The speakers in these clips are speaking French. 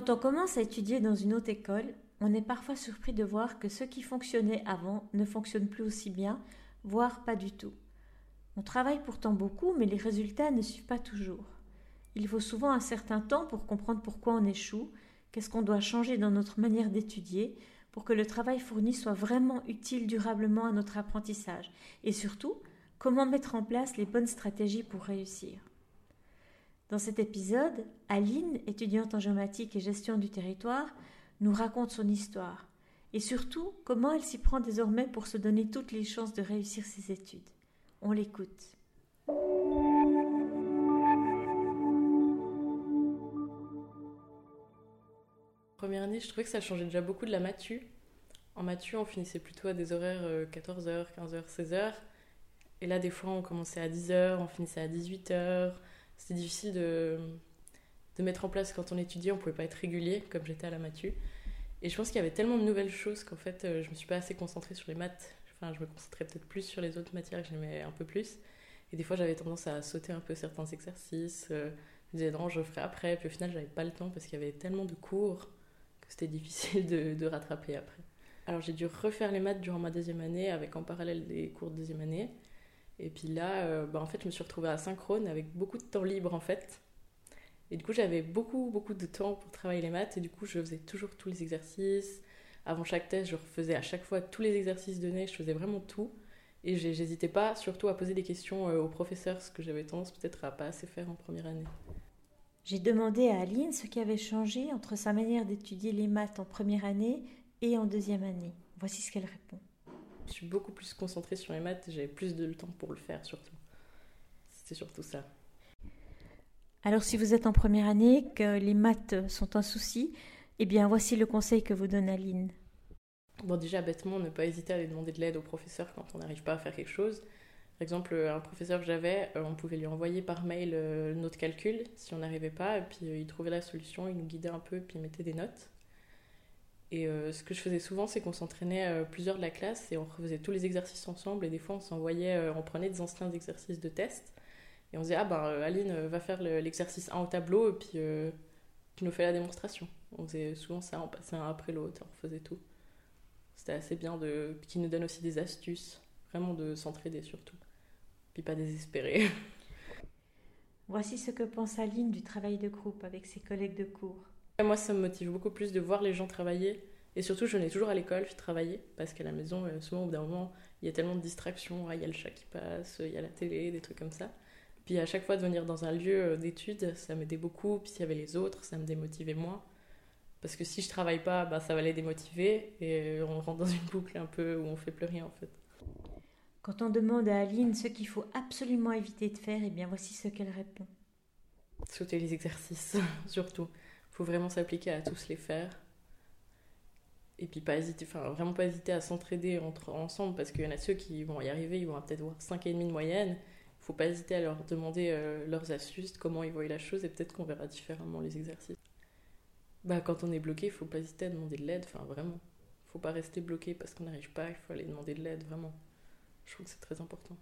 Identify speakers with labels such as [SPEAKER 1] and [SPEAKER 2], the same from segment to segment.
[SPEAKER 1] Quand on commence à étudier dans une haute école, on est parfois surpris de voir que ce qui fonctionnait avant ne fonctionne plus aussi bien, voire pas du tout. On travaille pourtant beaucoup, mais les résultats ne suivent pas toujours. Il faut souvent un certain temps pour comprendre pourquoi on échoue, qu'est-ce qu'on doit changer dans notre manière d'étudier pour que le travail fourni soit vraiment utile durablement à notre apprentissage, et surtout, comment mettre en place les bonnes stratégies pour réussir. Dans cet épisode, Aline, étudiante en géomatique et gestion du territoire, nous raconte son histoire et surtout comment elle s'y prend désormais pour se donner toutes les chances de réussir ses études. On l'écoute.
[SPEAKER 2] Première année, je trouvais que ça changeait déjà beaucoup de la matu. En matu, on finissait plutôt à des horaires 14h, 15h, 16h. Et là, des fois, on commençait à 10h, on finissait à 18h. C'était difficile de mettre en place quand on étudiait, on pouvait pas être régulier comme j'étais à la matu. Et je pense qu'il y avait tellement de nouvelles choses qu'en fait, je me suis pas assez concentrée sur les maths. Enfin, je me concentrais peut-être plus sur les autres matières que j'aimais un peu plus. Et des fois, j'avais tendance à sauter un peu certains exercices. Je me disais non, je le ferai après. Puis au final, j'avais pas le temps parce qu'il y avait tellement de cours que c'était difficile de rattraper après. Alors j'ai dû refaire les maths durant ma deuxième année avec en parallèle des cours de deuxième année. Et puis là, en fait, je me suis retrouvée asynchrone avec beaucoup de temps libre en fait. Et du coup, j'avais beaucoup de temps pour travailler les maths. Et du coup, je faisais toujours tous les exercices. Avant chaque test, je refaisais à chaque fois tous les exercices donnés. Je faisais vraiment tout. Et j'hésitais pas surtout à poser des questions aux professeurs, ce que j'avais tendance peut-être à pas assez faire en première année.
[SPEAKER 1] J'ai demandé à Aline ce qui avait changé entre sa manière d'étudier les maths en première année et en deuxième année. Voici ce qu'elle répond.
[SPEAKER 2] Je suis beaucoup plus concentrée sur les maths. J'avais plus de temps pour le faire surtout. C'était surtout ça.
[SPEAKER 1] Alors si vous êtes en première année, que les maths sont un souci, eh bien voici le conseil que vous donne Aline.
[SPEAKER 2] Bon, déjà, bêtement, ne pas hésiter à aller demander de l'aide au professeur quand on n'arrive pas à faire quelque chose. Par exemple, un professeur que j'avais, on pouvait lui envoyer par mail notre calcul si on n'arrivait pas, et puis il trouvait la solution, il nous guidait un peu, puis il mettait des notes. Et ce que je faisais souvent, c'est qu'on s'entraînait plusieurs de la classe et on refaisait tous les exercices ensemble, et des fois on s'envoyait, on prenait des anciens exercices de test, et on disait, Aline va faire l'exercice 1 au tableau, et puis tu nous fais la démonstration. On faisait souvent ça, on passait un après l'autre, on faisait tout. C'était assez bien qui nous donne aussi des astuces, vraiment de s'entraider surtout. Puis pas désespérer.
[SPEAKER 1] Voici ce que pense Aline du travail de groupe avec ses collègues de cours.
[SPEAKER 2] Moi, ça me motive beaucoup plus de voir les gens travailler. Et surtout, je venais toujours à l'école travailler, parce qu'à la maison, souvent, au bout d'un moment, il y a tellement de distractions. Il y a le chat qui passe, il y a la télé, des trucs comme ça. Puis à chaque fois, de venir dans un lieu d'études, ça m'aidait beaucoup. Puis s'il y avait les autres, ça me démotivait moins. Parce que si je travaille pas, ça va les démotiver. Et on rentre dans une boucle un peu où on fait plus rien, en fait.
[SPEAKER 1] Quand on demande à Aline ce qu'il faut absolument éviter de faire, eh bien voici ce qu'elle répond.
[SPEAKER 2] Sauter les exercices, surtout. Il faut vraiment s'appliquer à tous les faire. Et puis vraiment pas hésiter à s'entraider ensemble, parce qu'il y en a ceux qui vont y arriver, ils vont peut-être avoir 5,5 de moyenne. Il faut pas hésiter à leur demander leurs astuces, comment ils voient la chose, et peut-être qu'on verra différemment les exercices. Quand on est bloqué, il faut pas hésiter à demander de l'aide, vraiment. Il faut pas rester bloqué parce qu'on n'arrive pas, il faut aller demander de l'aide, vraiment. Je trouve que c'est très important.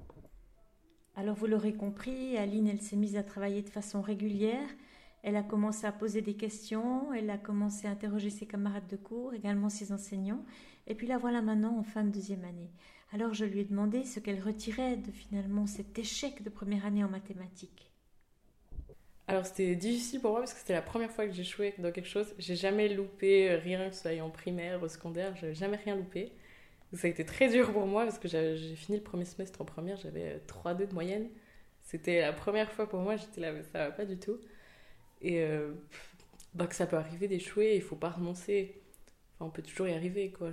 [SPEAKER 1] Alors vous l'aurez compris, Aline, elle s'est mise à travailler de façon régulière. Elle a commencé à poser des questions, elle a commencé à interroger ses camarades de cours, également ses enseignants. Et puis la voilà maintenant en fin de deuxième année. Alors je lui ai demandé ce qu'elle retirait de finalement cet échec de première année en mathématiques.
[SPEAKER 2] Alors c'était difficile pour moi parce que c'était la première fois que j'échouais dans quelque chose. J'ai jamais loupé rien, que ce soit en primaire ou secondaire, j'avais jamais rien loupé. Ça a été très dur pour moi parce que j'ai fini le premier semestre en première, j'avais 3,2 de moyenne. C'était la première fois pour moi, j'étais là, mais ça va pas du tout. Et que ça peut arriver d'échouer, il faut pas renoncer. On peut toujours y arriver, quoi.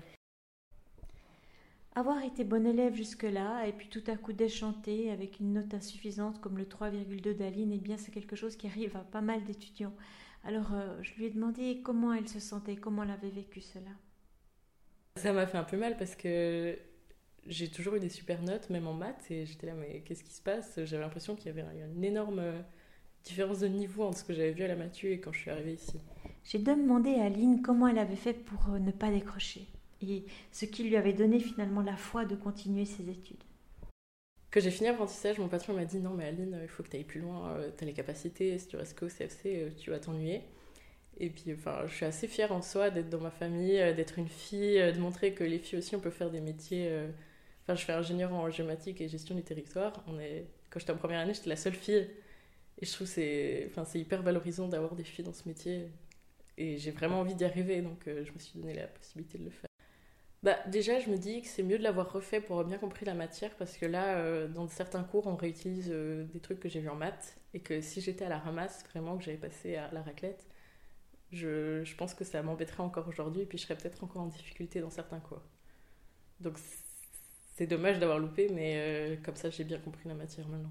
[SPEAKER 1] Avoir été bonne élève jusque-là et puis tout à coup déchanter avec une note insuffisante comme le 3,2 d'Aline, eh bien c'est quelque chose qui arrive à pas mal d'étudiants. Alors je lui ai demandé comment elle se sentait, comment elle avait vécu cela.
[SPEAKER 2] Ça m'a fait un peu mal parce que j'ai toujours eu des super notes, même en maths, et j'étais là, mais qu'est-ce qui se passe? J'avais l'impression qu'il y avait une énorme différence de niveau entre ce que j'avais vu à la matu et quand je suis arrivée ici.
[SPEAKER 1] J'ai demandé à Aline comment elle avait fait pour ne pas décrocher et ce qui lui avait donné finalement la foi de continuer ses études.
[SPEAKER 2] Quand j'ai fini l'apprentissage, mon patron m'a dit non mais Aline, il faut que tu ailles plus loin, tu as les capacités, si tu restes qu'au CFC, tu vas t'ennuyer. Et puis, enfin, je suis assez fière en soi d'être dans ma famille, d'être une fille, de montrer que les filles aussi, on peut faire des métiers. Enfin, je fais ingénieur en géomatique et gestion du territoire. Quand j'étais en première année, j'étais la seule fille. Et je trouve que c'est hyper valorisant d'avoir des filles dans ce métier. Et j'ai vraiment envie d'y arriver, donc je me suis donné la possibilité de le faire. Bah, déjà, je me dis que c'est mieux de l'avoir refait pour avoir bien compris la matière, parce que là, dans certains cours, on réutilise des trucs que j'ai vus en maths, et que si j'étais à la ramasse, vraiment que j'avais passé à la raclette, je pense que ça m'embêterait encore aujourd'hui, et puis je serais peut-être encore en difficulté dans certains cours. Donc c'est dommage d'avoir loupé, mais comme ça, j'ai bien compris la matière maintenant.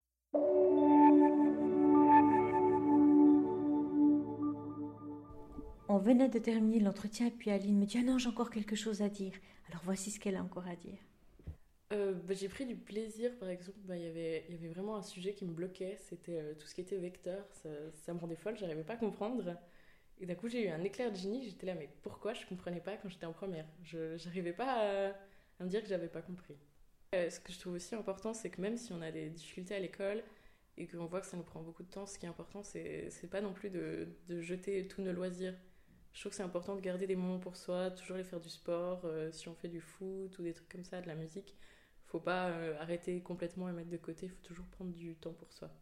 [SPEAKER 1] On venait de terminer l'entretien et puis Aline me dit « Ah non, j'ai encore quelque chose à dire. » Alors voici ce qu'elle a encore à dire.
[SPEAKER 2] J'ai pris du plaisir, par exemple, il y avait vraiment un sujet qui me bloquait, c'était tout ce qui était vecteur, ça me rendait folle, j'arrivais pas à comprendre. Et d'un coup, j'ai eu un éclair de génie, j'étais là, mais pourquoi je comprenais pas quand j'étais en première? J'arrivais pas à me dire que j'avais pas compris. Ce que je trouve aussi important, c'est que même si on a des difficultés à l'école et qu'on voit que ça nous prend beaucoup de temps, ce qui est important, c'est pas non plus de jeter tous nos loisirs. Je trouve que c'est important de garder des moments pour soi, toujours aller faire du sport, si on fait du foot ou des trucs comme ça, de la musique. Faut pas arrêter complètement et mettre de côté, il faut toujours prendre du temps pour soi.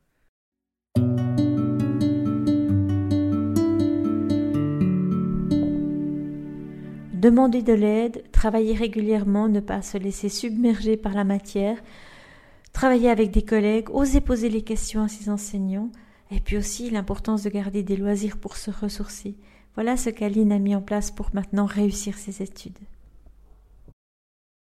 [SPEAKER 1] Demander de l'aide, travailler régulièrement, ne pas se laisser submerger par la matière, travailler avec des collègues, oser poser les questions à ses enseignants, et puis aussi l'importance de garder des loisirs pour se ressourcer. Voilà ce qu'Aline a mis en place pour maintenant réussir ses études.